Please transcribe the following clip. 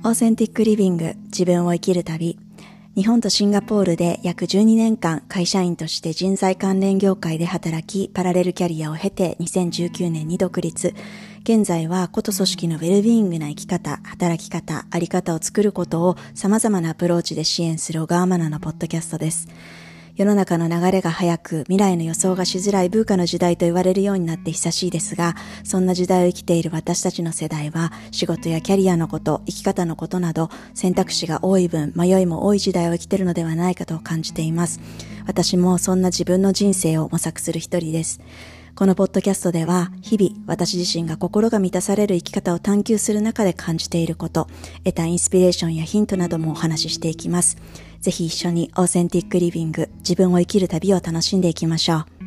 オーセンティックリビング、自分を生きる旅。日本とシンガポールで約12年間会社員として人材関連業界で働き、パラレルキャリアを経て2019年に独立。現在は個と組織のウェルビーイングな生き方、働き方、あり方を作ることを様々なアプローチで支援する小川真奈のポッドキャストです。世の中の流れが速く、未来の予想がしづらいVUCAの時代と言われるようになって久しいですが、そんな時代を生きている私たちの世代は、仕事やキャリアのこと、生き方のことなど、選択肢が多い分、迷いも多い時代を生きているのではないかと感じています。私もそんな自分の人生を模索する一人です。このポッドキャストでは、日々私自身が心が満たされる生き方を探求する中で感じていること、得たインスピレーションやヒントなどもお話ししていきます。ぜひ一緒にオーセンティックリビング、自分を生きる旅を楽しんでいきましょう。